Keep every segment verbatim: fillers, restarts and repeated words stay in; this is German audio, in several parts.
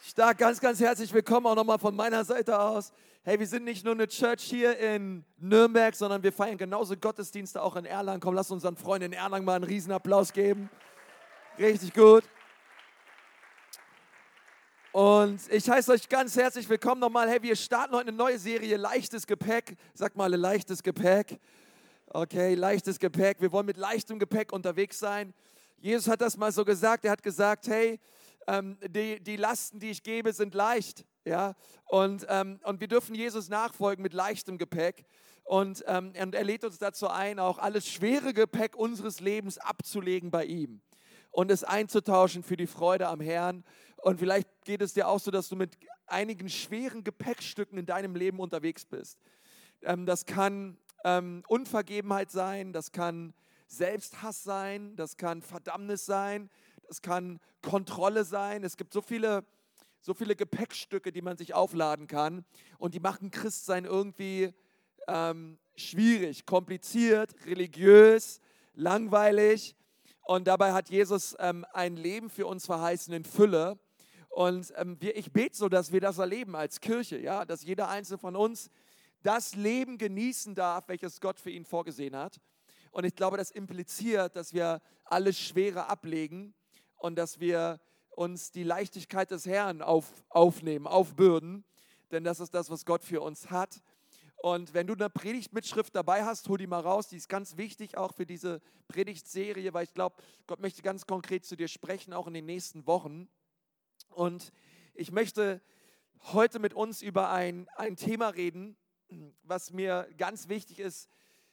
Stark, ganz, ganz herzlich willkommen auch nochmal von meiner Seite aus. Hey, wir sind nicht nur eine Church hier in Nürnberg, sondern wir feiern genauso Gottesdienste auch in Erlangen. Komm, lass unseren Freunden in Erlangen mal einen Riesenapplaus geben. Richtig gut. Und ich heiße euch ganz herzlich willkommen nochmal. Hey, wir starten heute eine neue Serie, leichtes Gepäck. Sag mal, leichtes Gepäck. Okay, leichtes Gepäck. Wir wollen mit leichtem Gepäck unterwegs sein. Jesus hat das mal so gesagt. Er hat gesagt, hey, ähm, die, die Lasten, die ich gebe, sind leicht. Ja? Und, ähm, und wir dürfen Jesus nachfolgen mit leichtem Gepäck. Und, ähm, und er lädt uns dazu ein, auch alles schwere Gepäck unseres Lebens abzulegen bei ihm und es einzutauschen für die Freude am Herrn. Und vielleicht geht es dir auch so, dass du mit einigen schweren Gepäckstücken in deinem Leben unterwegs bist. Ähm, das kann ähm, Unvergebenheit sein, das kann Selbsthass sein, das kann Verdammnis sein, das kann Kontrolle sein. Es gibt so viele, so viele Gepäckstücke, die man sich aufladen kann und die machen Christsein irgendwie ähm, schwierig, kompliziert, religiös, langweilig. Und dabei hat Jesus ähm, ein Leben für uns verheißen in Fülle. Und ähm, wir, ich bete so, dass wir das erleben als Kirche, ja, dass jeder Einzelne von uns das Leben genießen darf, welches Gott für ihn vorgesehen hat. Und ich glaube, das impliziert, dass wir alles Schwere ablegen und dass wir uns die Leichtigkeit des Herrn auf, aufnehmen, aufbürden. Denn das ist das, was Gott für uns hat. Und wenn du eine Predigtmitschrift dabei hast, hol die mal raus. Die ist ganz wichtig auch für diese Predigtserie, weil ich glaube, Gott möchte ganz konkret zu dir sprechen, auch in den nächsten Wochen. Und ich möchte heute mit uns über ein, ein Thema reden, was mir ganz wichtig ist,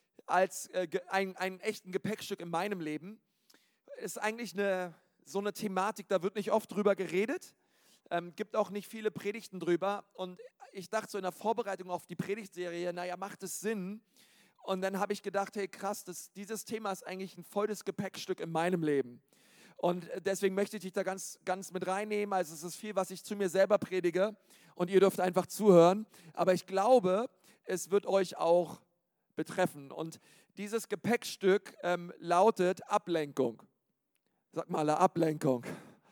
als äh, ein, ein echten Gepäckstück in meinem Leben. Ist eigentlich eine, so eine Thematik, da wird nicht oft drüber geredet, ähm, gibt auch nicht viele Predigten drüber. Und ich dachte so in der Vorbereitung auf die Predigtserie, naja, macht es Sinn? Und dann habe ich gedacht, hey krass, das, dieses Thema ist eigentlich ein volles Gepäckstück in meinem Leben. Und deswegen möchte ich dich da ganz, ganz mit reinnehmen. Also es ist viel, was ich zu mir selber predige und ihr dürft einfach zuhören. Aber ich glaube, es wird euch auch betreffen. Und dieses Gepäckstück ähm, lautet Ablenkung. Sag mal, Ablenkung.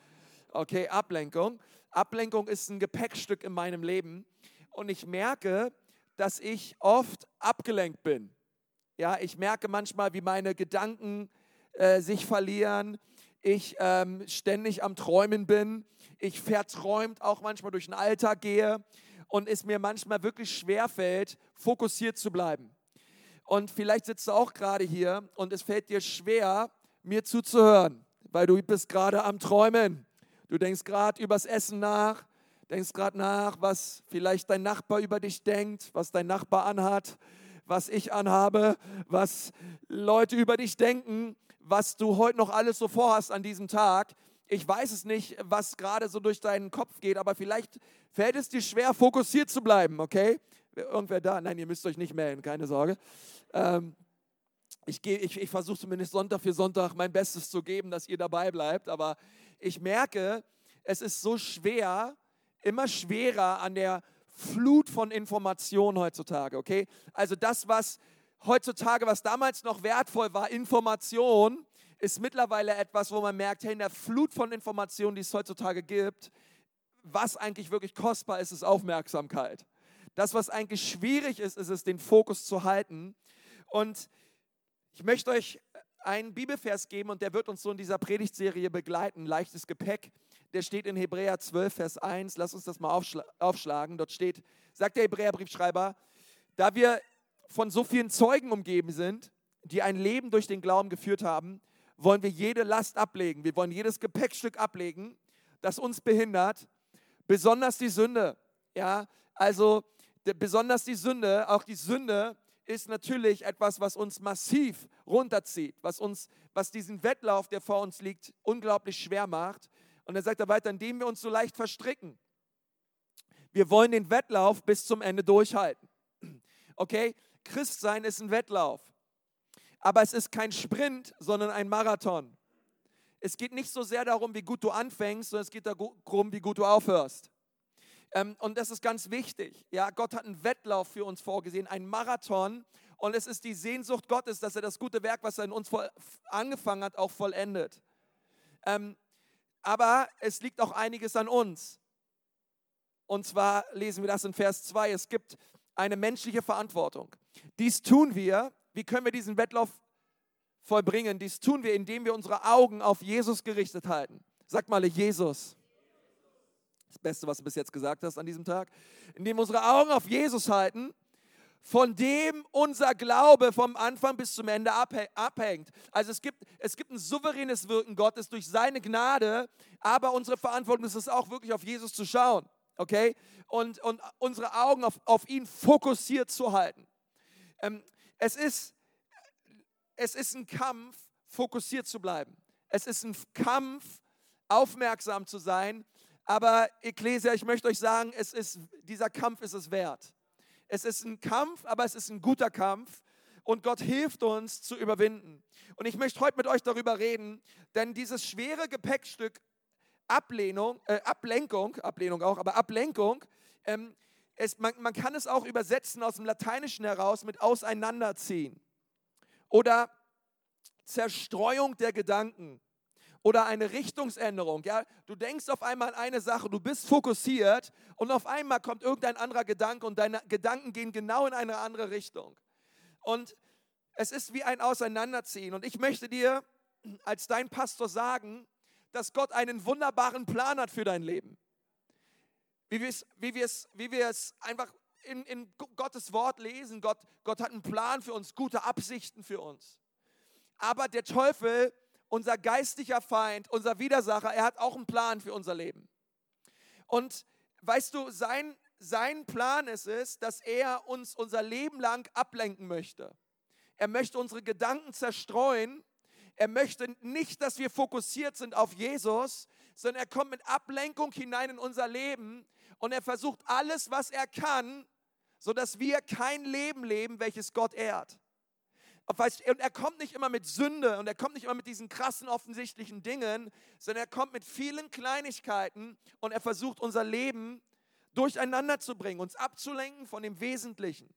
Okay, Ablenkung. Ablenkung ist ein Gepäckstück in meinem Leben. Und ich merke, dass ich oft abgelenkt bin. Ja, ich merke manchmal, wie meine Gedanken äh, sich verlieren. Ich ähm, ständig am Träumen bin. Ich verträumt auch manchmal durch den Alltag gehe. Und es mir manchmal wirklich schwerfällt, fokussiert zu bleiben. Und vielleicht sitzt du auch gerade hier und es fällt dir schwer, mir zuzuhören, weil du bist gerade am Träumen. Du denkst gerade übers Essen nach, denkst gerade nach, was vielleicht dein Nachbar über dich denkt, was dein Nachbar anhat, was ich anhabe, was Leute über dich denken, was du heute noch alles so vorhast an diesem Tag. Ich weiß es nicht, was gerade so durch deinen Kopf geht, aber vielleicht fällt es dir schwer, fokussiert zu bleiben, okay? Irgendwer da? Nein, ihr müsst euch nicht melden, keine Sorge. Ähm, ich ich, ich versuche zumindest Sonntag für Sonntag mein Bestes zu geben, dass ihr dabei bleibt, aber ich merke, es ist so schwer, immer schwerer an der Flut von Informationen heutzutage, okay? Also das, was heutzutage, was damals noch wertvoll war, Information, ist mittlerweile etwas, wo man merkt, hey, in der Flut von Informationen, die es heutzutage gibt, was eigentlich wirklich kostbar ist, ist Aufmerksamkeit. Das, was eigentlich schwierig ist, ist es, den Fokus zu halten. Und ich möchte euch einen Bibelvers geben und der wird uns so in dieser Predigtserie begleiten, leichtes Gepäck. Der steht in Hebräer zwölf, Vers eins. Lass uns das mal aufschla- aufschlagen. Dort steht, sagt der Hebräerbriefschreiber, da wir von so vielen Zeugen umgeben sind, die ein Leben durch den Glauben geführt haben, wollen wir jede Last ablegen. Wir wollen jedes Gepäckstück ablegen, das uns behindert, besonders die Sünde. Ja, also de, besonders die Sünde, auch die Sünde ist natürlich etwas, was uns massiv runterzieht, was uns, was diesen Wettlauf, der vor uns liegt, unglaublich schwer macht. Und er sagt er weiter, indem wir uns so leicht verstricken. Wir wollen den Wettlauf bis zum Ende durchhalten. Okay, Christsein ist ein Wettlauf, aber es ist kein Sprint, sondern ein Marathon. Es geht nicht so sehr darum, wie gut du anfängst, sondern es geht darum, wie gut du aufhörst. Ähm, und das ist ganz wichtig. Ja, Gott hat einen Wettlauf für uns vorgesehen, einen Marathon. Und es ist die Sehnsucht Gottes, dass er das gute Werk, was er in uns voll, angefangen hat, auch vollendet. Ähm, aber es liegt auch einiges an uns. Und zwar lesen wir das in Vers zwei. Es gibt eine menschliche Verantwortung. Dies tun wir. Wie können wir diesen Wettlauf vollbringen? Dies tun wir, indem wir unsere Augen auf Jesus gerichtet halten. Sag mal, Jesus. Das Beste, was du bis jetzt gesagt hast an diesem Tag. Indem wir unsere Augen auf Jesus halten, von dem unser Glaube vom Anfang bis zum Ende abhängt. Also es gibt, es gibt ein souveränes Wirken Gottes durch seine Gnade, aber unsere Verantwortung ist es auch wirklich auf Jesus zu schauen, okay? Und, und unsere Augen auf, auf ihn fokussiert zu halten. Ähm, es ist, es ist ein Kampf, fokussiert zu bleiben. Es ist ein Kampf, aufmerksam zu sein, aber Ekklesia, ich möchte euch sagen, es ist, dieser Kampf ist es wert. Es ist ein Kampf, aber es ist ein guter Kampf und Gott hilft uns zu überwinden. Und ich möchte heute mit euch darüber reden, denn dieses schwere Gepäckstück Ablehnung, äh, Ablenkung, Ablehnung auch, aber Ablenkung, ähm, es, man, man kann es auch übersetzen aus dem Lateinischen heraus mit auseinanderziehen oder Zerstreuung der Gedanken. Oder eine Richtungsänderung. Ja? Du denkst auf einmal an eine Sache, du bist fokussiert und auf einmal kommt irgendein anderer Gedanke und deine Gedanken gehen genau in eine andere Richtung. Und es ist wie ein Auseinanderziehen. Und ich möchte dir als dein Pastor sagen, dass Gott einen wunderbaren Plan hat für dein Leben. Wie wir es, wie wir es, wie wir es einfach in, in Gottes Wort lesen. Gott, Gott hat einen Plan für uns, gute Absichten für uns. Aber der Teufel, unser geistlicher Feind, unser Widersacher, er hat auch einen Plan für unser Leben. Und weißt du, sein, sein Plan ist es, dass er uns unser Leben lang ablenken möchte. Er möchte unsere Gedanken zerstreuen. Er möchte nicht, dass wir fokussiert sind auf Jesus, sondern er kommt mit Ablenkung hinein in unser Leben und er versucht alles, was er kann, sodass wir kein Leben leben, welches Gott ehrt. Und er kommt nicht immer mit Sünde und er kommt nicht immer mit diesen krassen, offensichtlichen Dingen, sondern er kommt mit vielen Kleinigkeiten und er versucht, unser Leben durcheinander zu bringen, uns abzulenken von dem Wesentlichen.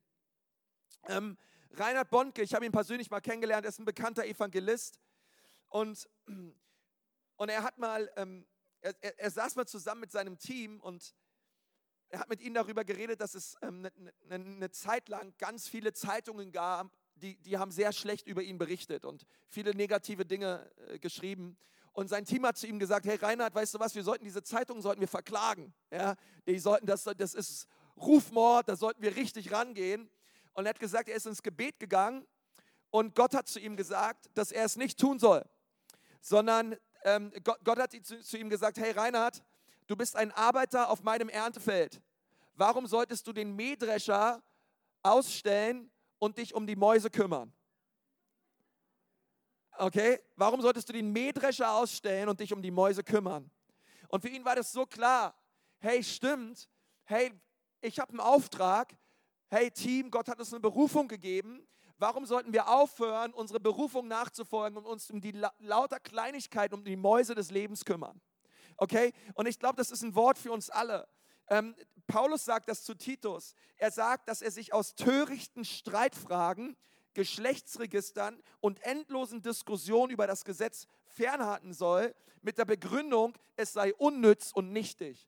Ähm, Reinhard Bonnke, ich habe ihn persönlich mal kennengelernt, er ist ein bekannter Evangelist und, und er hat mal, ähm, er, er, er saß mal zusammen mit seinem Team und er hat mit ihnen darüber geredet, dass es ähm, eine, eine, eine Zeit lang ganz viele Zeitungen gab, Die, die haben sehr schlecht über ihn berichtet und viele negative Dinge äh, geschrieben. Und sein Team hat zu ihm gesagt, hey Reinhard, weißt du was, wir sollten diese Zeitungen sollten wir verklagen. Ja? Die sollten, das, das ist Rufmord, da sollten wir richtig rangehen. Und er hat gesagt, er ist ins Gebet gegangen und Gott hat zu ihm gesagt, dass er es nicht tun soll. Sondern ähm, Gott, Gott hat zu, zu ihm gesagt, hey Reinhard, du bist ein Arbeiter auf meinem Erntefeld. Warum solltest du den Mähdrescher ausstellen und dich um die Mäuse kümmern? Okay? Warum solltest du den Mähdrescher ausstellen und dich um die Mäuse kümmern? Und für ihn war das so klar. Hey, stimmt. Hey, ich habe einen Auftrag. Hey, Team, Gott hat uns eine Berufung gegeben. Warum sollten wir aufhören, unsere Berufung nachzufolgen und uns um die la- lauter Kleinigkeiten, um die Mäuse des Lebens kümmern? Okay? Und ich glaube, das ist ein Wort für uns alle. Ähm, Paulus sagt das zu Titus. Er sagt, dass er sich aus törichten Streitfragen, Geschlechtsregistern und endlosen Diskussionen über das Gesetz fernhalten soll, mit der Begründung, es sei unnütz und nichtig.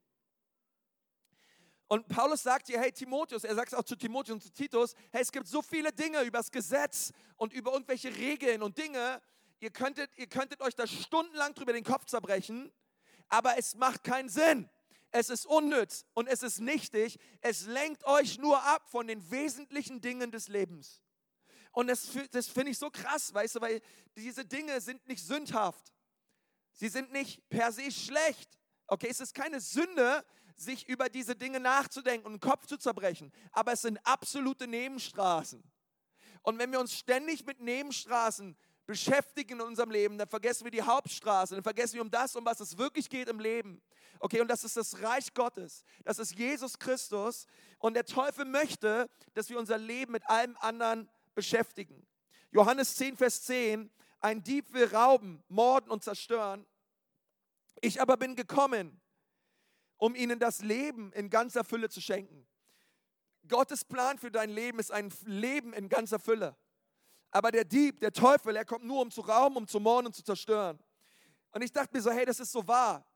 Und Paulus sagt hier, hey Timotheus, er sagt es auch zu Timotheus und zu Titus, hey, es gibt so viele Dinge über das Gesetz und über irgendwelche Regeln und Dinge, ihr könntet, ihr könntet euch da stundenlang drüber den Kopf zerbrechen, aber es macht keinen Sinn. Es ist unnütz und es ist nichtig. Es lenkt euch nur ab von den wesentlichen Dingen des Lebens. Und das, das finde ich so krass, weißt du, weil diese Dinge sind nicht sündhaft. Sie sind nicht per se schlecht. Okay, es ist keine Sünde, sich über diese Dinge nachzudenken und den Kopf zu zerbrechen. Aber es sind absolute Nebenstraßen. Und wenn wir uns ständig mit Nebenstraßen beschäftigen in unserem Leben, dann vergessen wir die Hauptstraße, dann vergessen wir um das, um was es wirklich geht im Leben. Okay, und das ist das Reich Gottes, das ist Jesus Christus und der Teufel möchte, dass wir unser Leben mit allem anderen beschäftigen. Johannes zehn, Vers zehn, ein Dieb will rauben, morden und zerstören. Ich aber bin gekommen, um ihnen das Leben in ganzer Fülle zu schenken. Gottes Plan für dein Leben ist ein Leben in ganzer Fülle. Aber der Dieb, der Teufel, er kommt nur, um zu rauben, um zu morden und zu zerstören. Und ich dachte mir so, hey, das ist so wahr.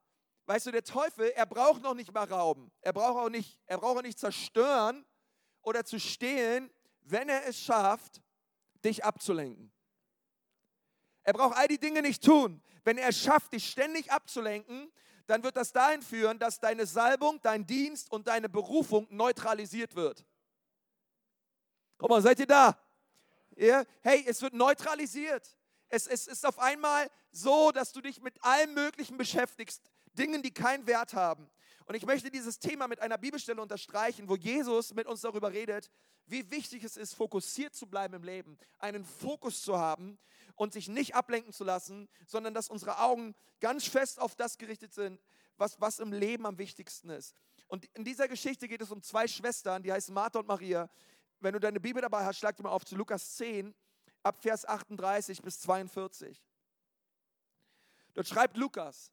weißt du, der Teufel, er braucht noch nicht mal rauben. Er braucht auch nicht, er braucht auch nicht zerstören oder zu stehlen, wenn er es schafft, dich abzulenken. Er braucht all die Dinge nicht tun. Wenn er es schafft, dich ständig abzulenken, dann wird das dahin führen, dass deine Salbung, dein Dienst und deine Berufung neutralisiert wird. Guck mal, seid ihr da? Ja? Hey, es wird neutralisiert. Es, es ist auf einmal so, dass du dich mit allem Möglichen beschäftigst, Dingen, die keinen Wert haben. Und ich möchte dieses Thema mit einer Bibelstelle unterstreichen, wo Jesus mit uns darüber redet, wie wichtig es ist, fokussiert zu bleiben im Leben, einen Fokus zu haben und sich nicht ablenken zu lassen, sondern dass unsere Augen ganz fest auf das gerichtet sind, was, was im Leben am wichtigsten ist. Und in dieser Geschichte geht es um zwei Schwestern, die heißen Martha und Maria. Wenn du deine Bibel dabei hast, schlag dir mal auf zu Lukas zehn, ab Vers achtunddreißig bis zweiundvierzig. Dort schreibt Lukas: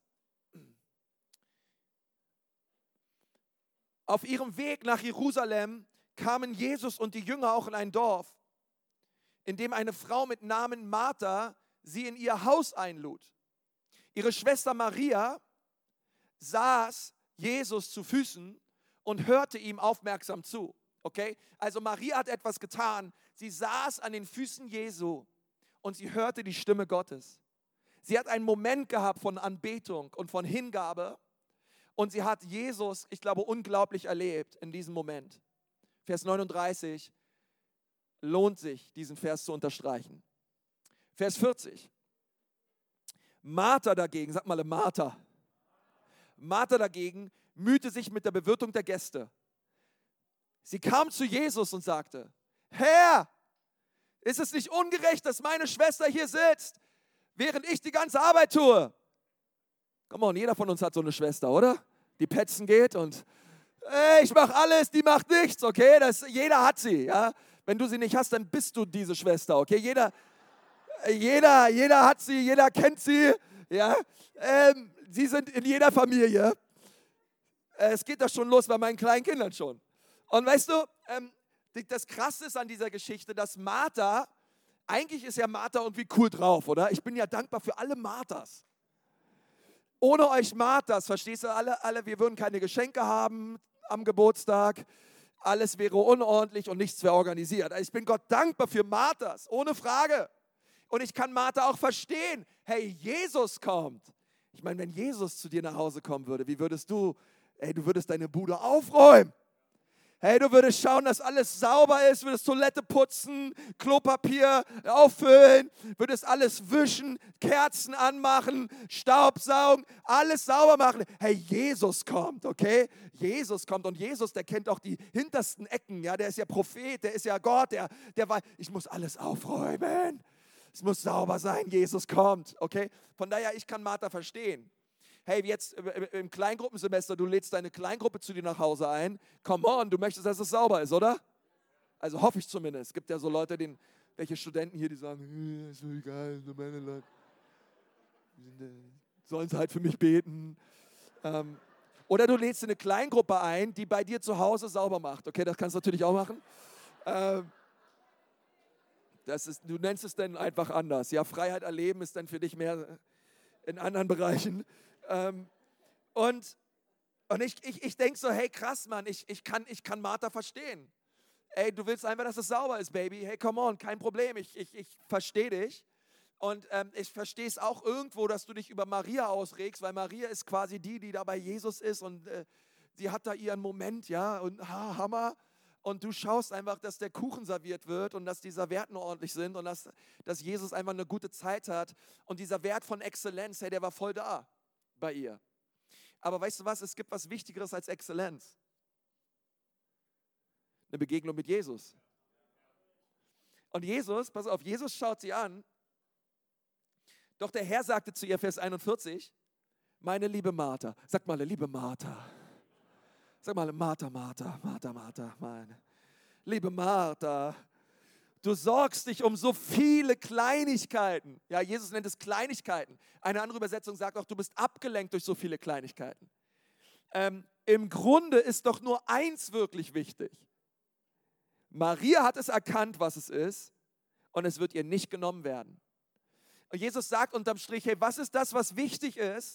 Auf ihrem Weg nach Jerusalem kamen Jesus und die Jünger auch in ein Dorf, in dem eine Frau mit Namen Martha sie in ihr Haus einlud. Ihre Schwester Maria saß Jesus zu Füßen und hörte ihm aufmerksam zu. Okay? Also Maria hat etwas getan. Sie saß an den Füßen Jesu und sie hörte die Stimme Gottes. Sie hat einen Moment gehabt von Anbetung und von Hingabe und sie hat Jesus, ich glaube, unglaublich erlebt in diesem Moment. Vers neununddreißig lohnt sich, diesen Vers zu unterstreichen. Vers vierzig. Martha dagegen, sag mal Martha. Martha dagegen mühte sich mit der Bewirtung der Gäste. Sie kam zu Jesus und sagte: Herr, ist es nicht ungerecht, dass meine Schwester hier sitzt, während ich die ganze Arbeit tue? Komm on, jeder von uns hat so eine Schwester, oder? Die petzen geht und hey, ich mache alles, die macht nichts, okay? Das, jeder hat sie, ja? Wenn du sie nicht hast, dann bist du diese Schwester, okay? Jeder, jeder, jeder hat sie, jeder kennt sie, ja? Ähm, sie sind in jeder Familie. Es geht doch schon los bei meinen kleinen Kindern schon. Und weißt du, ähm, das Krasse ist an dieser Geschichte, dass Martha, eigentlich ist ja Martha irgendwie cool drauf, oder? Ich bin ja dankbar für alle Marthas. Ohne euch Marthas, verstehst du, alle, alle, wir würden keine Geschenke haben am Geburtstag, alles wäre unordentlich und nichts wäre organisiert. Also ich bin Gott dankbar für Marthas, ohne Frage. Und ich kann Martha auch verstehen. Hey, Jesus kommt. Ich meine, wenn Jesus zu dir nach Hause kommen würde, wie würdest du, hey, du würdest deine Bude aufräumen. Hey, du würdest schauen, dass alles sauber ist, würdest Toilette putzen, Klopapier auffüllen, würdest alles wischen, Kerzen anmachen, Staubsaugen, alles sauber machen. Hey, Jesus kommt, okay? Jesus kommt und Jesus, der kennt auch die hintersten Ecken, ja? Der ist ja Prophet, der ist ja Gott, der, der weiß, ich muss alles aufräumen. Es muss sauber sein, Jesus kommt, okay? Von daher, ich kann Martha verstehen. Hey, jetzt im Kleingruppensemester, du lädst deine Kleingruppe zu dir nach Hause ein. Come on, du möchtest, dass es sauber ist, oder? Also hoffe ich zumindest. Es gibt ja so Leute, den, welche Studenten hier, die sagen, ist so egal, so meine Leute. Sollen sie halt für mich beten. Ähm, oder du lädst eine Kleingruppe ein, die bei dir zu Hause sauber macht. Okay, das kannst du natürlich auch machen. Ähm, das ist, du nennst es dann einfach anders. Ja, Freiheit erleben ist dann für dich mehr in anderen Bereichen. Ähm, und und ich, ich, ich denke so, hey krass, Mann, ich, ich, kann, ich kann Martha verstehen. Ey, du willst einfach, dass es sauber ist, Baby. Hey, come on, kein Problem, ich, ich, ich verstehe dich. Und ähm, ich verstehe es auch irgendwo, dass du dich über Maria ausregst, weil Maria ist quasi die, die da bei Jesus ist und äh, sie hat da ihren Moment, ja, und ha, Hammer. Und du schaust einfach, dass der Kuchen serviert wird und dass die Servietten ordentlich sind und dass, dass Jesus einfach eine gute Zeit hat. Und dieser Wert von Exzellenz, hey, der war voll da bei ihr. Aber weißt du was, es gibt was Wichtigeres als Exzellenz. Eine Begegnung mit Jesus. Und Jesus, pass auf, Jesus schaut sie an. Doch der Herr sagte zu ihr, Vers einundvierzig, meine liebe Martha, sag mal, liebe Martha, sag mal, Martha, Martha, Martha, Martha, meine liebe Martha, du sorgst dich um so viele Kleinigkeiten. Ja, Jesus nennt es Kleinigkeiten. Eine andere Übersetzung sagt auch, du bist abgelenkt durch so viele Kleinigkeiten. Ähm, Im Grunde ist doch nur eins wirklich wichtig. Maria hat es erkannt, was es ist, und es wird ihr nicht genommen werden. Und Jesus sagt unterm Strich, hey, was ist das, was wichtig ist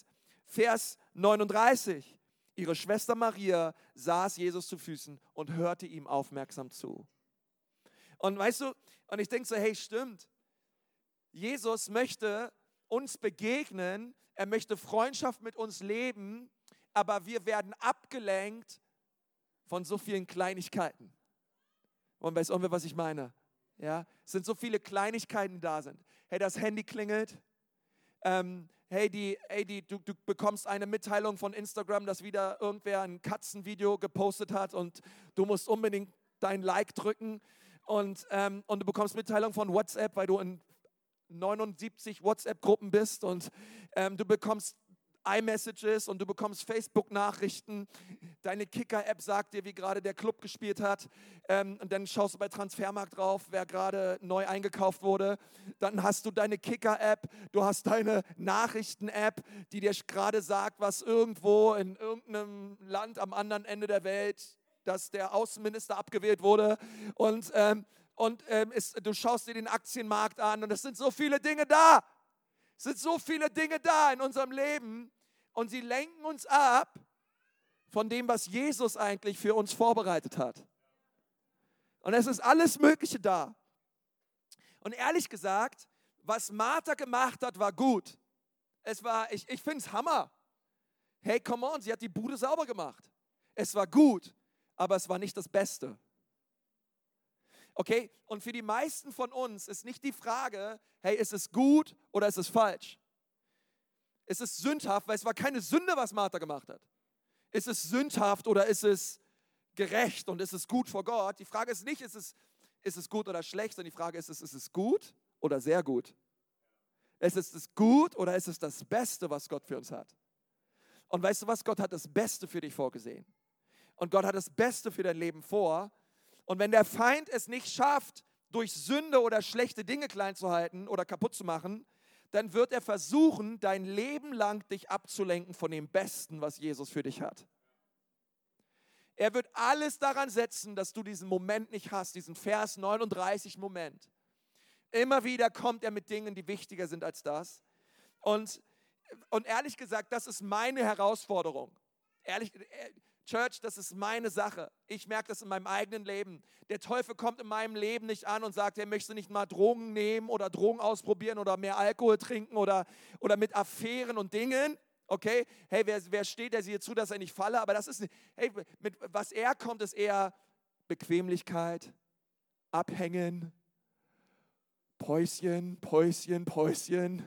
Vers neununddreißig. Ihre Schwester Maria saß Jesus zu Füßen und hörte ihm aufmerksam zu. Und weißt du, und ich denke so, hey, stimmt. Jesus möchte uns begegnen, er möchte Freundschaft mit uns leben, aber wir werden abgelenkt von so vielen Kleinigkeiten. Und weißt du, was ich meine? Ja, es sind so viele Kleinigkeiten, die da sind. Hey, das Handy klingelt. Ähm, hey, die, hey die, du, du bekommst eine Mitteilung von Instagram, dass wieder irgendwer ein Katzenvideo gepostet hat und du musst unbedingt dein Like drücken. Und, ähm, und du bekommst Mitteilung von WhatsApp, weil du in neunundsiebzig WhatsApp-Gruppen bist und ähm, du bekommst iMessages und du bekommst Facebook-Nachrichten. Deine Kicker-App sagt dir, wie gerade der Club gespielt hat. Ähm, und dann schaust du bei Transfermarkt drauf, wer gerade neu eingekauft wurde. Dann hast du deine Kicker-App, du hast deine Nachrichten-App, die dir gerade sagt, was irgendwo in irgendeinem Land am anderen Ende der Welt, dass der Außenminister abgewählt wurde. Und, ähm, und ähm, ist, du schaust dir den Aktienmarkt an und es sind so viele Dinge da. Es sind so viele Dinge da in unserem Leben und sie lenken uns ab von dem, was Jesus eigentlich für uns vorbereitet hat. Und es ist alles Mögliche da. Und ehrlich gesagt, was Martha gemacht hat, war gut. Es war, ich, ich finde es Hammer. Hey, come on, sie hat die Bude sauber gemacht. Es war gut, aber es war nicht das Beste. Okay, und für die meisten von uns ist nicht die Frage, hey, ist es gut oder ist es falsch? Ist es sündhaft, weil es war keine Sünde, was Martha gemacht hat. Ist es sündhaft oder ist es gerecht und ist es gut vor Gott? Die Frage ist nicht, ist es, ist es gut oder schlecht, sondern die Frage ist, ist es gut oder sehr gut? Ist es gut oder ist es das Beste, was Gott für uns hat? Und weißt du was? Gott hat das Beste für dich vorgesehen. Und Gott hat das Beste für dein Leben vor. Und wenn der Feind es nicht schafft, durch Sünde oder schlechte Dinge klein zu halten oder kaputt zu machen, dann wird er versuchen, dein Leben lang dich abzulenken von dem Besten, was Jesus für dich hat. Er wird alles daran setzen, dass du diesen Moment nicht hast, diesen Vers neununddreißig Moment. Immer wieder kommt er mit Dingen, die wichtiger sind als das. Und, und ehrlich gesagt, das ist meine Herausforderung. Ehrlich Church, das ist meine Sache. Ich merke das in meinem eigenen Leben. Der Teufel kommt in meinem Leben nicht an und sagt, er möchte nicht mal Drogen nehmen oder Drogen ausprobieren oder mehr Alkohol trinken oder, oder mit Affären und Dingen. Okay, hey, wer, wer steht, der sieht zu, dass er nicht falle? Aber das ist, hey, mit was er kommt, ist eher Bequemlichkeit, Abhängen, Päuschen, Päuschen, Päuschen,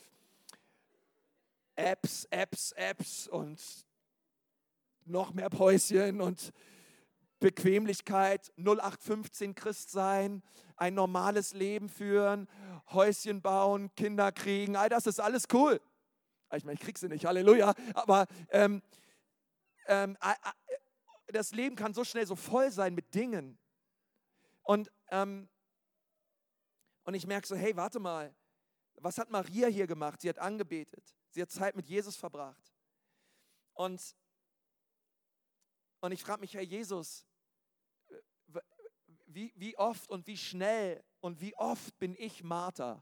Apps, Apps, Apps und noch mehr Päuschen und Bequemlichkeit, null acht fünfzehn Christ sein, ein normales Leben führen, Häuschen bauen, Kinder kriegen, all das ist alles cool. Ich meine, ich krieg sie nicht, Halleluja, aber ähm, ähm, das Leben kann so schnell so voll sein mit Dingen. Und, ähm, und ich merke so, hey, warte mal, was hat Maria hier gemacht? Sie hat angebetet, sie hat Zeit mit Jesus verbracht. Und Und ich frage mich, Herr Jesus, wie, wie oft und wie schnell und wie oft bin ich Martha?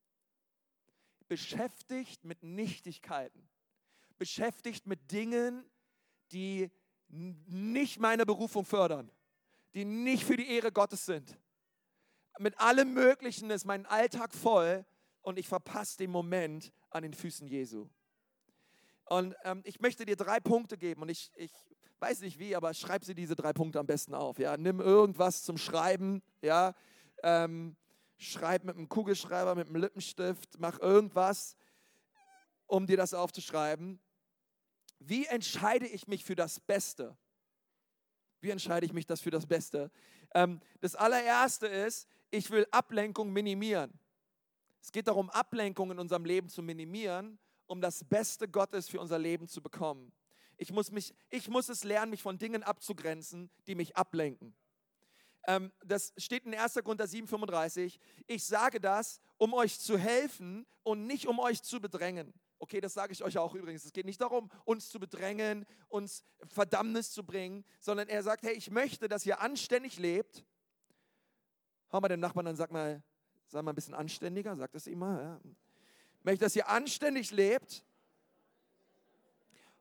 Beschäftigt mit Nichtigkeiten, beschäftigt mit Dingen, die nicht meine Berufung fördern, die nicht für die Ehre Gottes sind. Mit allem Möglichen ist mein Alltag voll und ich verpasse den Moment an den Füßen Jesu. Und ähm, ich möchte dir drei Punkte geben und ich, ich weiß nicht wie, aber schreib sie diese drei Punkte am besten auf. Ja? Nimm irgendwas zum Schreiben, ja? ähm, schreib mit einem Kugelschreiber, mit einem Lippenstift, mach irgendwas, um dir das aufzuschreiben. Wie entscheide ich mich für das Beste? Wie entscheide ich mich das für das Beste? Ähm, das allererste ist, ich will Ablenkung minimieren. Es geht darum, Ablenkung in unserem Leben zu minimieren, um das Beste Gottes für unser Leben zu bekommen. Ich muss, mich, ich muss es lernen, mich von Dingen abzugrenzen, die mich ablenken. Ähm, das steht in erster Korinther sieben fünfunddreißig. Ich sage das, um euch zu helfen und nicht um euch zu bedrängen. Okay, das sage ich euch auch übrigens. Es geht nicht darum, uns zu bedrängen, uns Verdammnis zu bringen, sondern er sagt, hey, ich möchte, dass ihr anständig lebt. Hau mal den Nachbarn an, sag mal, sei mal ein bisschen anständiger, sag das ihm mal. Ja. Ich möchte, dass ihr anständig lebt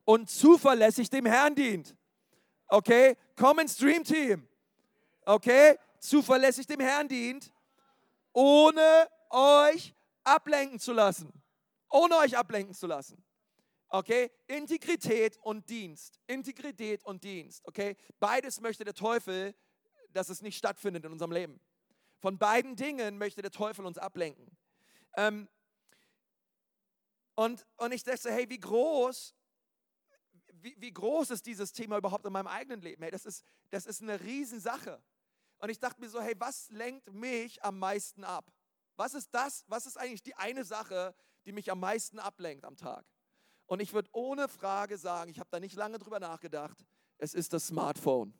und zuverlässig dem Herrn dient. Okay? Komm ins Dream Team. Okay? Zuverlässig dem Herrn dient, ohne euch ablenken zu lassen. Ohne euch ablenken zu lassen. Okay? Integrität und Dienst. Integrität und Dienst. Okay? Beides möchte der Teufel, dass es nicht stattfindet in unserem Leben. Von beiden Dingen möchte der Teufel uns ablenken. Ähm, und, und ich dachte, hey, wie groß, wie, wie groß ist dieses Thema überhaupt in meinem eigenen Leben? Hey, das ist, das ist eine Riesensache. Und ich dachte mir so, hey, was lenkt mich am meisten ab? Was ist das, was ist eigentlich die eine Sache, die mich am meisten ablenkt am Tag? Und ich würde ohne Frage sagen, ich habe da nicht lange drüber nachgedacht, es ist das Smartphone.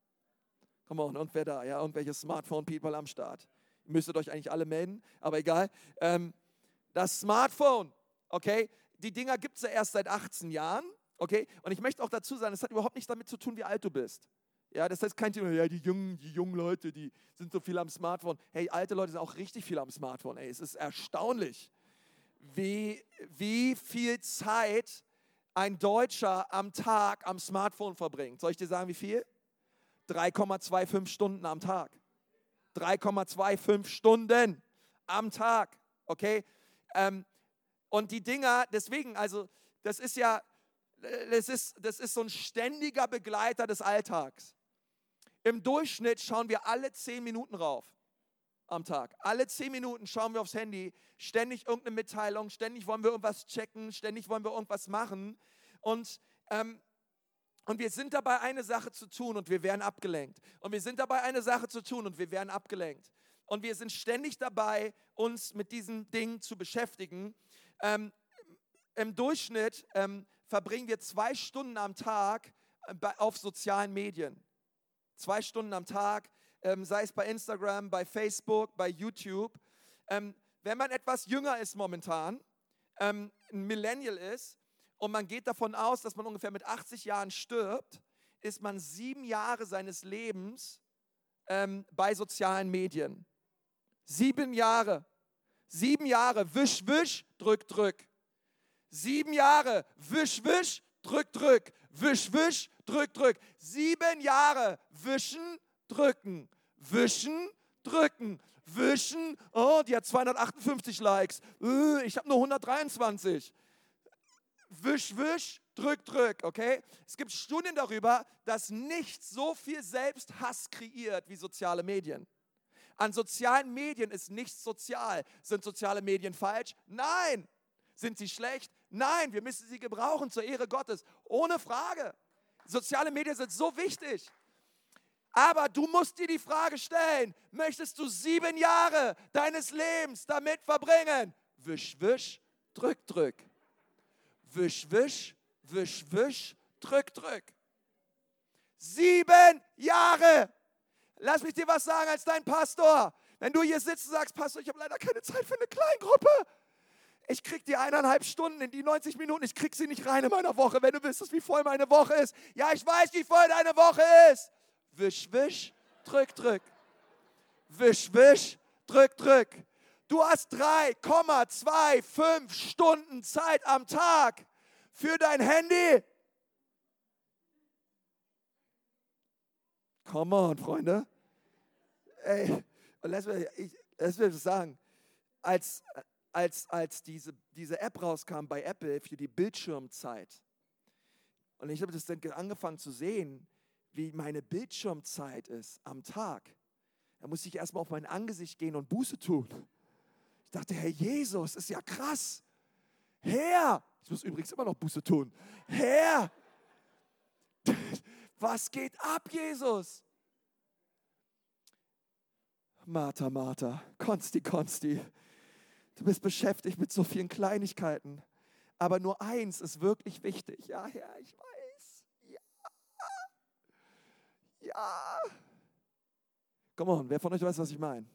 Come on, und wer da? Ja, irgendwelche Smartphone-People am Start. Ihr müsstet euch eigentlich alle melden, aber egal. Ähm, das Smartphone, okay, die Dinger gibt es ja erst seit achtzehn Jahren, okay, und ich möchte auch dazu sagen, es hat überhaupt nichts damit zu tun, wie alt du bist. Ja, das heißt kein Thema, ja, die jungen, die jungen Leute, die sind so viel am Smartphone. Hey, alte Leute sind auch richtig viel am Smartphone. Ey, es ist erstaunlich, wie, wie viel Zeit ein Deutscher am Tag am Smartphone verbringt. Soll ich dir sagen, wie viel? drei Komma fünfundzwanzig Stunden am Tag. drei Komma fünfundzwanzig Stunden am Tag, okay? Ähm, und die Dinger, deswegen, also das ist ja, das ist, das ist so ein ständiger Begleiter des Alltags. Im Durchschnitt schauen wir alle zehn Minuten rauf am Tag. Alle zehn Minuten schauen wir aufs Handy, ständig irgendeine Mitteilung, ständig wollen wir irgendwas checken, ständig wollen wir irgendwas machen. Und ähm, Und wir sind dabei, eine Sache zu tun und wir werden abgelenkt. Und wir sind dabei, eine Sache zu tun und wir werden abgelenkt. Und wir sind ständig dabei, uns mit diesen Dingen zu beschäftigen. Ähm, Im Durchschnitt ähm, verbringen wir zwei Stunden am Tag äh, bei, auf sozialen Medien. Zwei Stunden am Tag, ähm, sei es bei Instagram, bei Facebook, bei YouTube. Ähm, wenn man etwas jünger ist momentan, ähm, ein Millennial ist, und man geht davon aus, dass man ungefähr mit achtzig Jahren stirbt, ist man sieben Jahre seines Lebens ähm, bei sozialen Medien. Sieben Jahre. Sieben Jahre. Wisch, wisch, drück, drück. Sieben Jahre. Wisch, wisch, drück, drück. Wisch, wisch, drück, drück. Sieben Jahre. Wischen, drücken. Wischen, drücken. Wischen. Oh, die hat zweihundertachtundfünfzig Likes. Äh, ich habe nur hundertdreiundzwanzig. Wisch, wisch, drück, drück, okay? Es gibt Studien darüber, dass nichts so viel Selbsthass kreiert wie soziale Medien. An sozialen Medien ist nichts sozial. Sind soziale Medien falsch? Nein. Sind sie schlecht? Nein, wir müssen sie gebrauchen zur Ehre Gottes. Ohne Frage. Soziale Medien sind so wichtig. Aber du musst dir die Frage stellen, möchtest du sieben Jahre deines Lebens damit verbringen? Wisch, wisch, drück, drück. Wisch, wisch, wisch, wisch, drück, drück. Sieben Jahre. Lass mich dir was sagen als dein Pastor. Wenn du hier sitzt und sagst, Pastor, ich habe leider keine Zeit für eine Kleingruppe. Ich krieg die eineinhalb Stunden in die neunzig Minuten, ich krieg sie nicht rein in meiner Woche. Wenn du wüsstest, wie voll meine Woche ist. Ja, ich weiß, wie voll deine Woche ist. Wisch, wisch, drück, drück. Wisch, wisch, drück, drück. Du hast drei Komma fünfundzwanzig Stunden Zeit am Tag für dein Handy. Come on, Freunde. Ey, lass mir, ich, lass mir das sagen. Als, als, als diese, diese App rauskam bei Apple für die Bildschirmzeit und ich habe das dann angefangen zu sehen, wie meine Bildschirmzeit ist am Tag, da musste ich erstmal auf mein Angesicht gehen und Buße tun. Ich dachte, Herr Jesus, ist ja krass. Herr, ich muss übrigens immer noch Buße tun. Herr, was geht ab, Jesus? Martha, Martha, Konsti, Konsti, du bist beschäftigt mit so vielen Kleinigkeiten, aber nur eins ist wirklich wichtig. Ja, Herr, ich weiß. Ja. Ja. Come on, wer von euch weiß, was ich meine?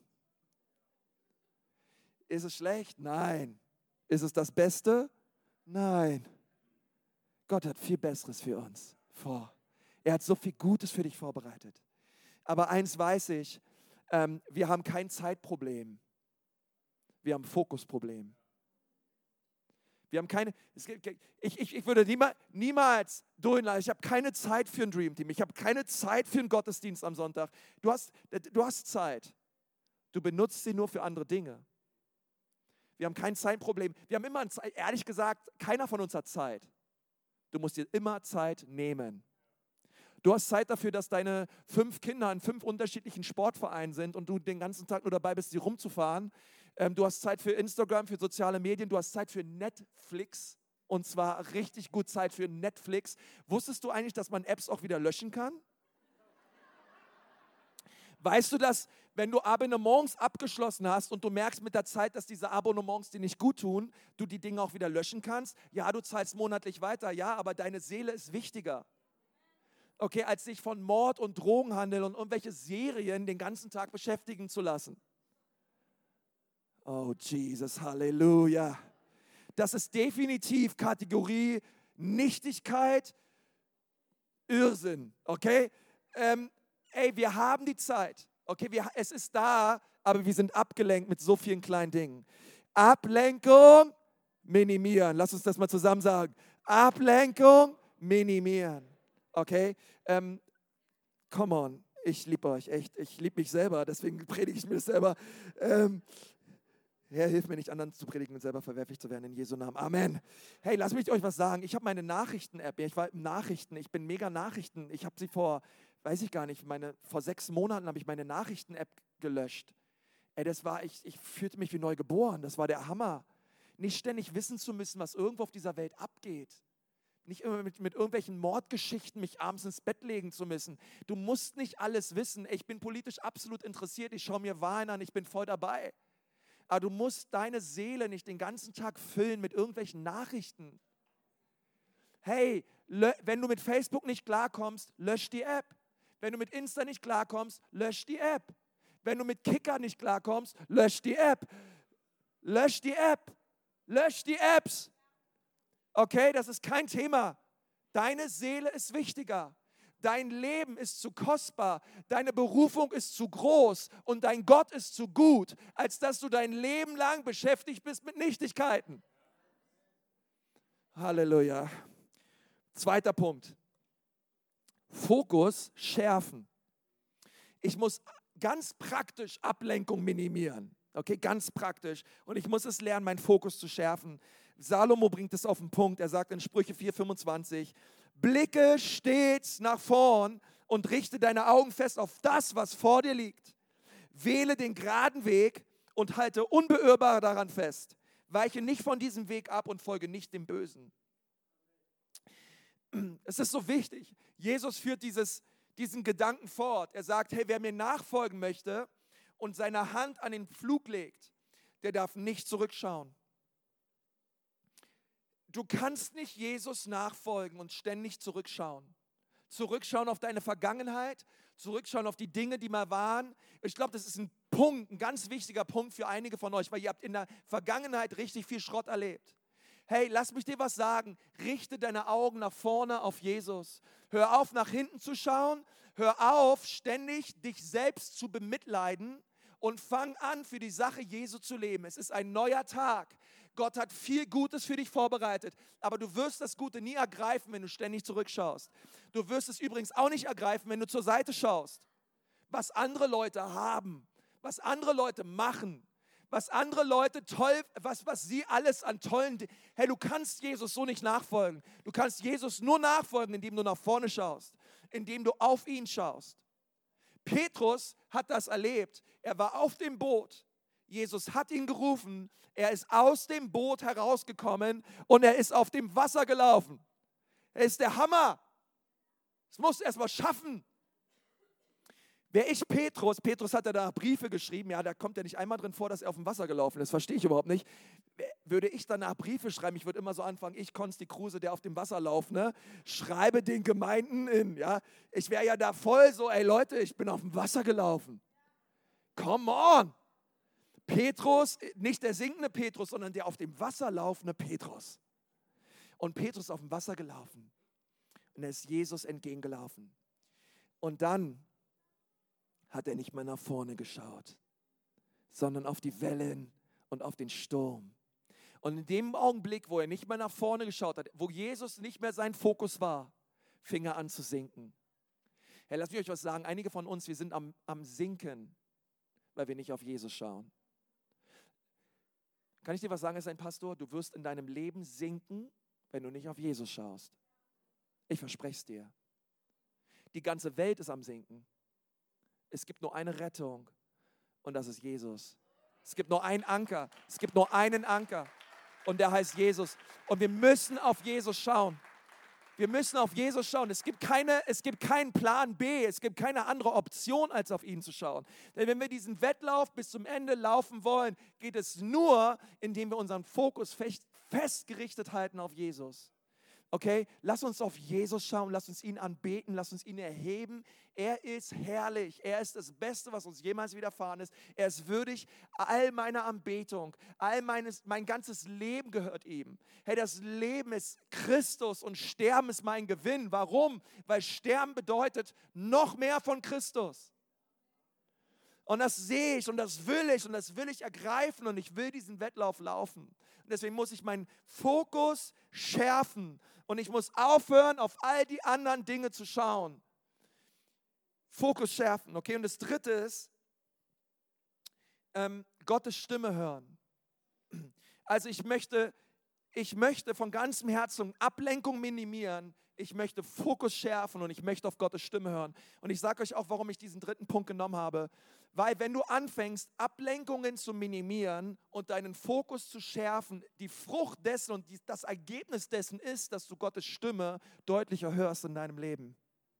Ist es schlecht? Nein. Ist es das Beste? Nein. Gott hat viel Besseres für uns vor. Er hat so viel Gutes für dich vorbereitet. Aber eins weiß ich, ähm, wir haben kein Zeitproblem. Wir haben ein Fokusproblem. Wir haben keine, es gibt, ich, ich, ich würde niemals, niemals durchlassen, ich habe keine Zeit für ein Dream Team, ich habe keine Zeit für einen Gottesdienst am Sonntag. Du hast, du hast Zeit, du benutzt sie nur für andere Dinge. Wir haben kein Zeitproblem, wir haben immer, ein Zeit, ehrlich gesagt, keiner von uns hat Zeit. Du musst dir immer Zeit nehmen. Du hast Zeit dafür, dass deine fünf Kinder in fünf unterschiedlichen Sportvereinen sind und du den ganzen Tag nur dabei bist, sie rumzufahren. Ähm, du hast Zeit für Instagram, für soziale Medien. Du hast Zeit für Netflix und zwar richtig gut Zeit für Netflix. Wusstest du eigentlich, dass man Apps auch wieder löschen kann? Weißt du, dass wenn du Abonnements abgeschlossen hast und du merkst mit der Zeit, dass diese Abonnements dir nicht gut tun, du die Dinge auch wieder löschen kannst? Ja, du zahlst monatlich weiter, ja, aber deine Seele ist wichtiger. Okay, als sich von Mord und Drogenhandel und irgendwelche Serien den ganzen Tag beschäftigen zu lassen. Oh Jesus, Halleluja. Das ist definitiv Kategorie Nichtigkeit, Irrsinn, okay? Ähm, ey, wir haben die Zeit, okay? Wir, es ist da, aber wir sind abgelenkt mit so vielen kleinen Dingen. Ablenkung minimieren. Lass uns das mal zusammen sagen. Ablenkung minimieren. Okay, ähm, come on, ich liebe euch, echt, ich liebe mich selber, deswegen predige ich mir das selber. Ähm, Herr, hilf mir nicht, anderen zu predigen und selber verwerflich zu werden, in Jesu Namen. Amen. Hey, lasst mich euch was sagen. Ich habe meine Nachrichten-App, ich war im Nachrichten, ich bin mega Nachrichten. Ich habe sie vor, weiß ich gar nicht, meine, vor sechs Monaten habe ich meine Nachrichten-App gelöscht. Ey, das war, ich, ich fühlte mich wie neu geboren, das war der Hammer. Nicht ständig wissen zu müssen, was irgendwo auf dieser Welt abgeht. Nicht immer mit, mit irgendwelchen Mordgeschichten mich abends ins Bett legen zu müssen. Du musst nicht alles wissen. Ich bin politisch absolut interessiert. Ich schaue mir Wahlen an. Ich bin voll dabei. Aber du musst deine Seele nicht den ganzen Tag füllen mit irgendwelchen Nachrichten. Hey, wenn du mit Facebook nicht klarkommst, lösch die App. Wenn du mit Insta nicht klarkommst, lösch die App. Wenn du mit Kicker nicht klarkommst, lösch die App. Lösch die App. Lösch die Apps. Okay, das ist kein Thema. Deine Seele ist wichtiger. Dein Leben ist zu kostbar. Deine Berufung ist zu groß. Und dein Gott ist zu gut, als dass du dein Leben lang beschäftigt bist mit Nichtigkeiten. Halleluja. Zweiter Punkt. Fokus schärfen. Ich muss ganz praktisch Ablenkung minimieren. Okay, ganz praktisch. Und ich muss es lernen, meinen Fokus zu schärfen. Salomo bringt es auf den Punkt. Er sagt in Sprüche vier fünfundzwanzig, blicke stets nach vorn und richte deine Augen fest auf das, was vor dir liegt. Wähle den geraden Weg und halte unbeirrbar daran fest. Weiche nicht von diesem Weg ab und folge nicht dem Bösen. Es ist so wichtig. Jesus führt dieses, diesen Gedanken fort. Er sagt, hey, wer mir nachfolgen möchte und seine Hand an den Pflug legt, der darf nicht zurückschauen. Du kannst nicht Jesus nachfolgen und ständig zurückschauen. Zurückschauen auf deine Vergangenheit, zurückschauen auf die Dinge, die mal waren. Ich glaube, das ist ein Punkt, ein ganz wichtiger Punkt für einige von euch, weil ihr habt in der Vergangenheit richtig viel Schrott erlebt. Hey, lass mich dir was sagen. Richte deine Augen nach vorne auf Jesus. Hör auf, nach hinten zu schauen. Hör auf, ständig dich selbst zu bemitleiden und fang an, für die Sache Jesu zu leben. Es ist ein neuer Tag. Gott hat viel Gutes für dich vorbereitet, aber du wirst das Gute nie ergreifen, wenn du ständig zurückschaust. Du wirst es übrigens auch nicht ergreifen, wenn du zur Seite schaust. Was andere Leute haben, was andere Leute machen, was andere Leute toll, was, was sie alles an tollen Dingen. Hey, du kannst Jesus so nicht nachfolgen. Du kannst Jesus nur nachfolgen, indem du nach vorne schaust, indem du auf ihn schaust. Petrus hat das erlebt. Er war auf dem Boot. Jesus hat ihn gerufen. Er ist aus dem Boot herausgekommen und er ist auf dem Wasser gelaufen. Er ist der Hammer. Das musst du erst mal schaffen. Wäre ich Petrus, Petrus hat ja da Briefe geschrieben, ja, da kommt ja nicht einmal drin vor, dass er auf dem Wasser gelaufen ist, verstehe ich überhaupt nicht. Würde ich danach Briefe schreiben, ich würde immer so anfangen, ich Konsti Kruse, der auf dem Wasser lauft, ne? Schreibe den Gemeinden in, ja. Ich wäre ja da voll so, ey Leute, ich bin auf dem Wasser gelaufen. Come on. Petrus, nicht der sinkende Petrus, sondern der auf dem Wasser laufende Petrus. Und Petrus auf dem Wasser gelaufen. Und er ist Jesus entgegengelaufen. Und dann hat er nicht mehr nach vorne geschaut, sondern auf die Wellen und auf den Sturm. Und in dem Augenblick, wo er nicht mehr nach vorne geschaut hat, wo Jesus nicht mehr sein Fokus war, fing er an zu sinken. Hey, lasst mich euch was sagen. Einige von uns, wir sind am, am Sinken, weil wir nicht auf Jesus schauen. Kann ich dir was sagen als ein Pastor? Du wirst in deinem Leben sinken, wenn du nicht auf Jesus schaust. Ich verspreche es dir. Die ganze Welt ist am Sinken. Es gibt nur eine Rettung und das ist Jesus. Es gibt nur einen Anker. Es gibt nur einen Anker und der heißt Jesus. Und wir müssen auf Jesus schauen. Wir müssen auf Jesus schauen. Es gibt keine, es gibt keinen Plan B. Es gibt keine andere Option, als auf ihn zu schauen. Denn wenn wir diesen Wettlauf bis zum Ende laufen wollen, geht es nur, indem wir unseren Fokus fest, festgerichtet halten auf Jesus. Okay, lass uns auf Jesus schauen, lass uns ihn anbeten, lass uns ihn erheben. Er ist herrlich, er ist das Beste, was uns jemals widerfahren ist. Er ist würdig all meiner Anbetung, all meines, mein ganzes Leben gehört ihm. Hey, das Leben ist Christus und Sterben ist mein Gewinn. Warum? Weil Sterben bedeutet noch mehr von Christus. Und das sehe ich und das will ich und das will ich ergreifen und ich will diesen Wettlauf laufen. Und deswegen muss ich meinen Fokus schärfen und ich muss aufhören, auf all die anderen Dinge zu schauen. Fokus schärfen, okay? Und das Dritte ist, ähm, Gottes Stimme hören. Also ich möchte, ich möchte von ganzem Herzen Ablenkung minimieren. Ich möchte Fokus schärfen und ich möchte auf Gottes Stimme hören. Und ich sage euch auch, warum ich diesen dritten Punkt genommen habe. Weil wenn du anfängst, Ablenkungen zu minimieren und deinen Fokus zu schärfen, die Frucht dessen und die, das Ergebnis dessen ist, dass du Gottes Stimme deutlicher hörst in deinem Leben.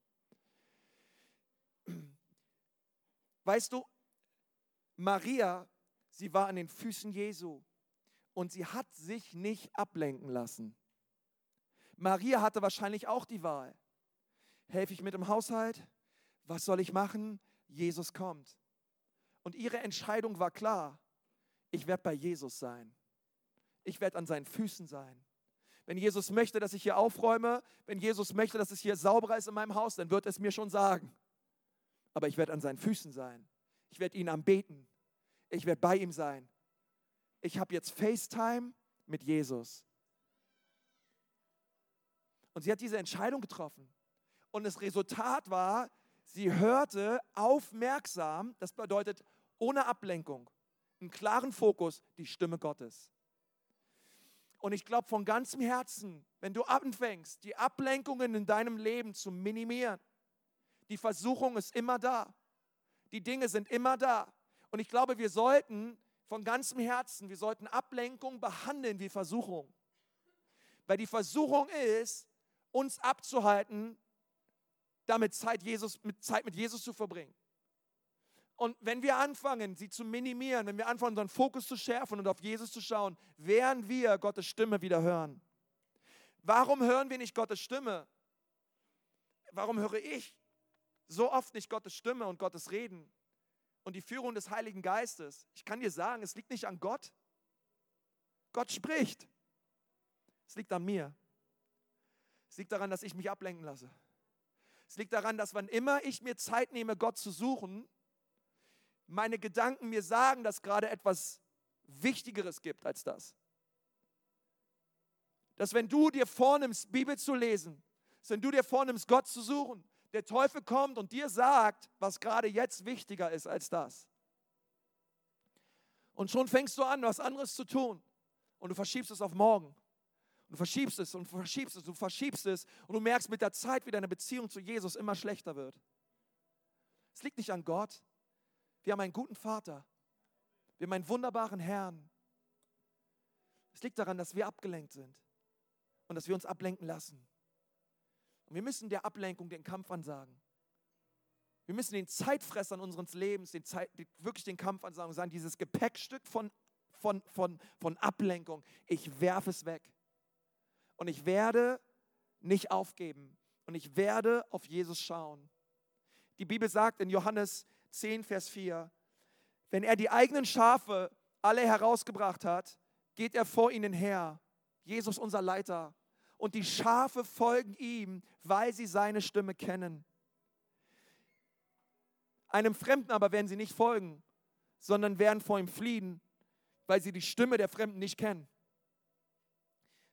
Weißt du, Maria, sie war an den Füßen Jesu und sie hat sich nicht ablenken lassen. Maria hatte wahrscheinlich auch die Wahl. Helfe ich mit im Haushalt? Was soll ich machen? Jesus kommt. Und ihre Entscheidung war klar. Ich werde bei Jesus sein. Ich werde an seinen Füßen sein. Wenn Jesus möchte, dass ich hier aufräume, wenn Jesus möchte, dass es hier sauberer ist in meinem Haus, dann wird er es mir schon sagen. Aber ich werde an seinen Füßen sein. Ich werde ihn anbeten. Ich werde bei ihm sein. Ich habe jetzt FaceTime mit Jesus. Und sie hat diese Entscheidung getroffen. Und das Resultat war, sie hörte aufmerksam, das bedeutet ohne Ablenkung, einen klaren Fokus, die Stimme Gottes. Und ich glaube von ganzem Herzen, wenn du anfängst, die Ablenkungen in deinem Leben zu minimieren, die Versuchung ist immer da. Die Dinge sind immer da. Und ich glaube, wir sollten von ganzem Herzen, wir sollten Ablenkung behandeln wie Versuchung. Weil die Versuchung ist, uns abzuhalten, damit Zeit, Jesus, mit Zeit mit Jesus zu verbringen. Und wenn wir anfangen, sie zu minimieren, wenn wir anfangen, unseren Fokus zu schärfen und auf Jesus zu schauen, werden wir Gottes Stimme wieder hören. Warum hören wir nicht Gottes Stimme? Warum höre ich so oft nicht Gottes Stimme und Gottes Reden und die Führung des Heiligen Geistes? Ich kann dir sagen, es liegt nicht an Gott. Gott spricht. Es liegt an mir. Es liegt daran, dass ich mich ablenken lasse. Es liegt daran, dass wann immer ich mir Zeit nehme, Gott zu suchen, meine Gedanken mir sagen, dass gerade etwas Wichtigeres gibt als das. Dass wenn du dir vornimmst, Bibel zu lesen, dass wenn du dir vornimmst, Gott zu suchen, der Teufel kommt und dir sagt, was gerade jetzt wichtiger ist als das. Und schon fängst du an, was anderes zu tun. Und du verschiebst es auf morgen. Du verschiebst es und verschiebst es, du verschiebst es und du merkst mit der Zeit, wie deine Beziehung zu Jesus immer schlechter wird. Es liegt nicht an Gott. Wir haben einen guten Vater. Wir haben einen wunderbaren Herrn. Es liegt daran, dass wir abgelenkt sind und dass wir uns ablenken lassen. Und wir müssen der Ablenkung den Kampf ansagen. Wir müssen den Zeitfressern unseres Lebens, den Zeit, wirklich den Kampf ansagen und sagen, dieses Gepäckstück von, von, von, von Ablenkung, ich werfe es weg. Und ich werde nicht aufgeben. Und ich werde auf Jesus schauen. Die Bibel sagt in Johannes zehn, Vers vier, wenn er die eigenen Schafe alle herausgebracht hat, geht er vor ihnen her. Jesus, unser Leiter. Und die Schafe folgen ihm, weil sie seine Stimme kennen. Einem Fremden aber werden sie nicht folgen, sondern werden vor ihm fliehen, weil sie die Stimme der Fremden nicht kennen.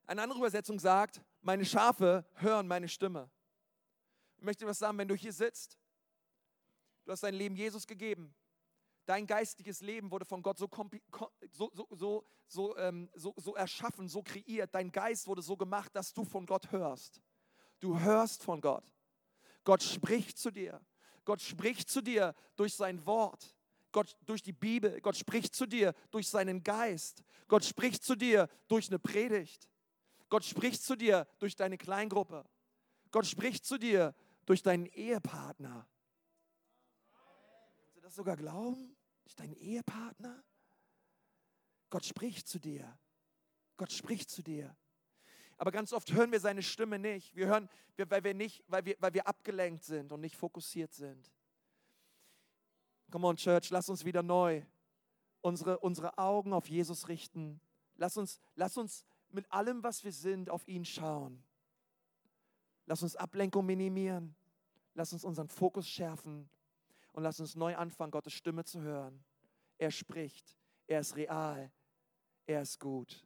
Eine andere Übersetzung sagt, meine Schafe hören meine Stimme. Ich möchte dir was sagen, wenn du hier sitzt, du hast dein Leben Jesus gegeben. Dein geistiges Leben wurde von Gott so, so, so, so, so, ähm, so, so erschaffen, so kreiert. Dein Geist wurde so gemacht, dass du von Gott hörst. Du hörst von Gott. Gott spricht zu dir. Gott spricht zu dir durch sein Wort. Gott durch die Bibel. Gott spricht zu dir durch seinen Geist. Gott spricht zu dir durch eine Predigt. Gott spricht zu dir durch deine Kleingruppe. Gott spricht zu dir durch deinen Ehepartner. Kannst du das sogar glauben? Durch deinen Ehepartner? Gott spricht zu dir. Gott spricht zu dir. Aber ganz oft hören wir seine Stimme nicht. Wir hören, weil wir nicht, weil wir, weil wir abgelenkt sind und nicht fokussiert sind. Come on, Church, lass uns wieder neu unsere, unsere Augen auf Jesus richten. Lass uns, lass uns mit allem, was wir sind, auf ihn schauen. Lass uns Ablenkung minimieren. Lass uns unseren Fokus schärfen. Und lass uns neu anfangen, Gottes Stimme zu hören. Er spricht. Er ist real. Er ist gut.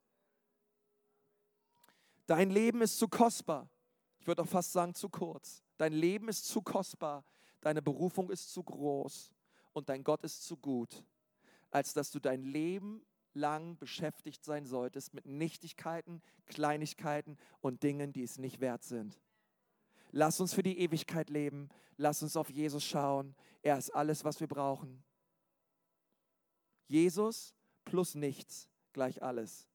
Dein Leben ist zu kostbar. Ich würde auch fast sagen, zu kurz. Dein Leben ist zu kostbar. Deine Berufung ist zu groß. Und dein Gott ist zu gut, als dass du dein Leben lang beschäftigt sein solltest mit Nichtigkeiten, Kleinigkeiten und Dingen, die es nicht wert sind. Lass uns für die Ewigkeit leben. Lass uns auf Jesus schauen. Er ist alles, was wir brauchen. Jesus plus nichts gleich alles.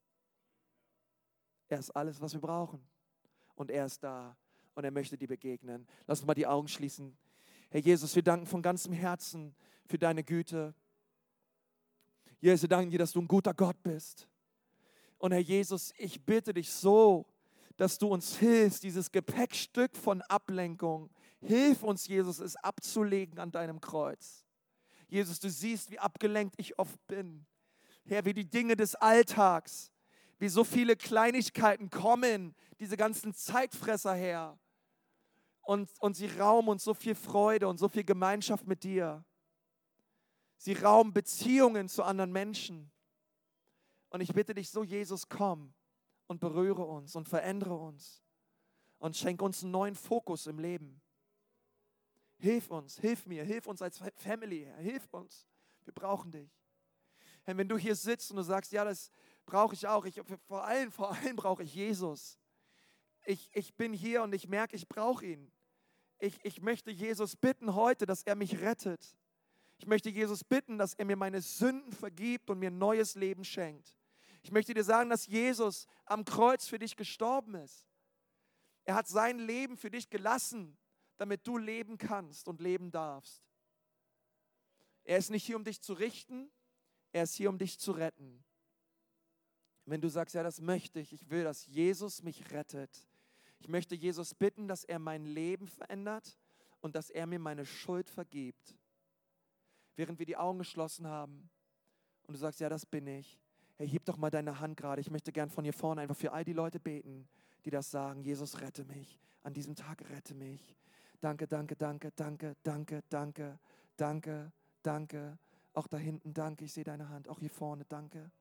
Er ist alles, was wir brauchen. Und er ist da. Und er möchte dir begegnen. Lass uns mal die Augen schließen. Herr Jesus, wir danken von ganzem Herzen für deine Güte. Jesus, wir danken dir, dass du ein guter Gott bist. Und Herr Jesus, ich bitte dich so, dass du uns hilfst, dieses Gepäckstück von Ablenkung, hilf uns, Jesus, es abzulegen an deinem Kreuz. Jesus, du siehst, wie abgelenkt ich oft bin. Herr, wie die Dinge des Alltags, wie so viele Kleinigkeiten kommen, diese ganzen Zeitfresser her. Und, und sie rauben uns so viel Freude und so viel Gemeinschaft mit dir. Sie rauben Beziehungen zu anderen Menschen. Und ich bitte dich so, Jesus, komm und berühre uns und verändere uns und schenk uns einen neuen Fokus im Leben. Hilf uns, hilf mir, hilf uns als Family, Herr, hilf uns. Wir brauchen dich. Herr, wenn du hier sitzt und du sagst, ja, das brauche ich auch, ich, vor allem, vor allem brauche ich Jesus. Ich, ich bin hier und ich merke, ich brauche ihn. Ich, ich möchte Jesus bitten heute, dass er mich rettet. Ich möchte Jesus bitten, dass er mir meine Sünden vergibt und mir ein neues Leben schenkt. Ich möchte dir sagen, dass Jesus am Kreuz für dich gestorben ist. Er hat sein Leben für dich gelassen, damit du leben kannst und leben darfst. Er ist nicht hier, um dich zu richten, er ist hier, um dich zu retten. Wenn du sagst, ja, das möchte ich, ich will, dass Jesus mich rettet. Ich möchte Jesus bitten, dass er mein Leben verändert und dass er mir meine Schuld vergibt. Während wir die Augen geschlossen haben und du sagst, ja, das bin ich. Hey, heb doch mal deine Hand gerade. Ich möchte gern von hier vorne einfach für all die Leute beten, die das sagen. Jesus, rette mich. An diesem Tag rette mich. Danke, danke, danke, danke, danke, danke, danke, danke. Auch da hinten, danke. Ich sehe deine Hand. Auch hier vorne, danke.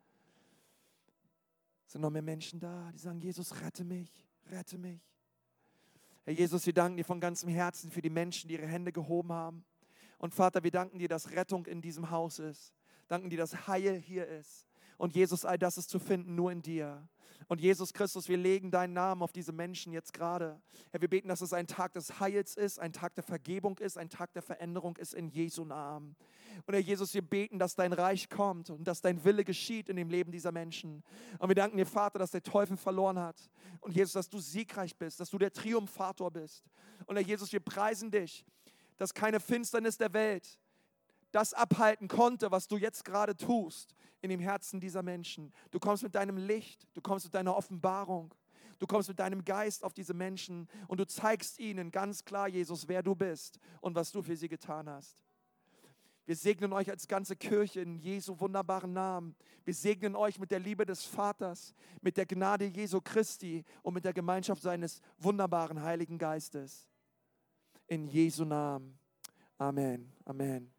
Es sind noch mehr Menschen da, die sagen, Jesus, rette mich, rette mich. Herr Jesus, wir danken dir von ganzem Herzen für die Menschen, die ihre Hände gehoben haben. Und Vater, wir danken dir, dass Rettung in diesem Haus ist. Danken dir, dass Heil hier ist. Und Jesus, all das ist zu finden nur in dir. Und Jesus Christus, wir legen deinen Namen auf diese Menschen jetzt gerade. Herr, wir beten, dass es ein Tag des Heils ist, ein Tag der Vergebung ist, ein Tag der Veränderung ist in Jesu Namen. Und Herr Jesus, wir beten, dass dein Reich kommt und dass dein Wille geschieht in dem Leben dieser Menschen. Und wir danken dir, Vater, dass der Teufel verloren hat. Und Jesus, dass du siegreich bist, dass du der Triumphator bist. Und Herr Jesus, wir preisen dich, dass keine Finsternis der Welt das abhalten konnte, was du jetzt gerade tust in dem Herzen dieser Menschen. Du kommst mit deinem Licht, du kommst mit deiner Offenbarung, du kommst mit deinem Geist auf diese Menschen und du zeigst ihnen ganz klar, Jesus, wer du bist und was du für sie getan hast. Wir segnen euch als ganze Kirche in Jesu wunderbaren Namen. Wir segnen euch mit der Liebe des Vaters, mit der Gnade Jesu Christi und mit der Gemeinschaft seines wunderbaren Heiligen Geistes. In Jesu Namen. Amen. Amen.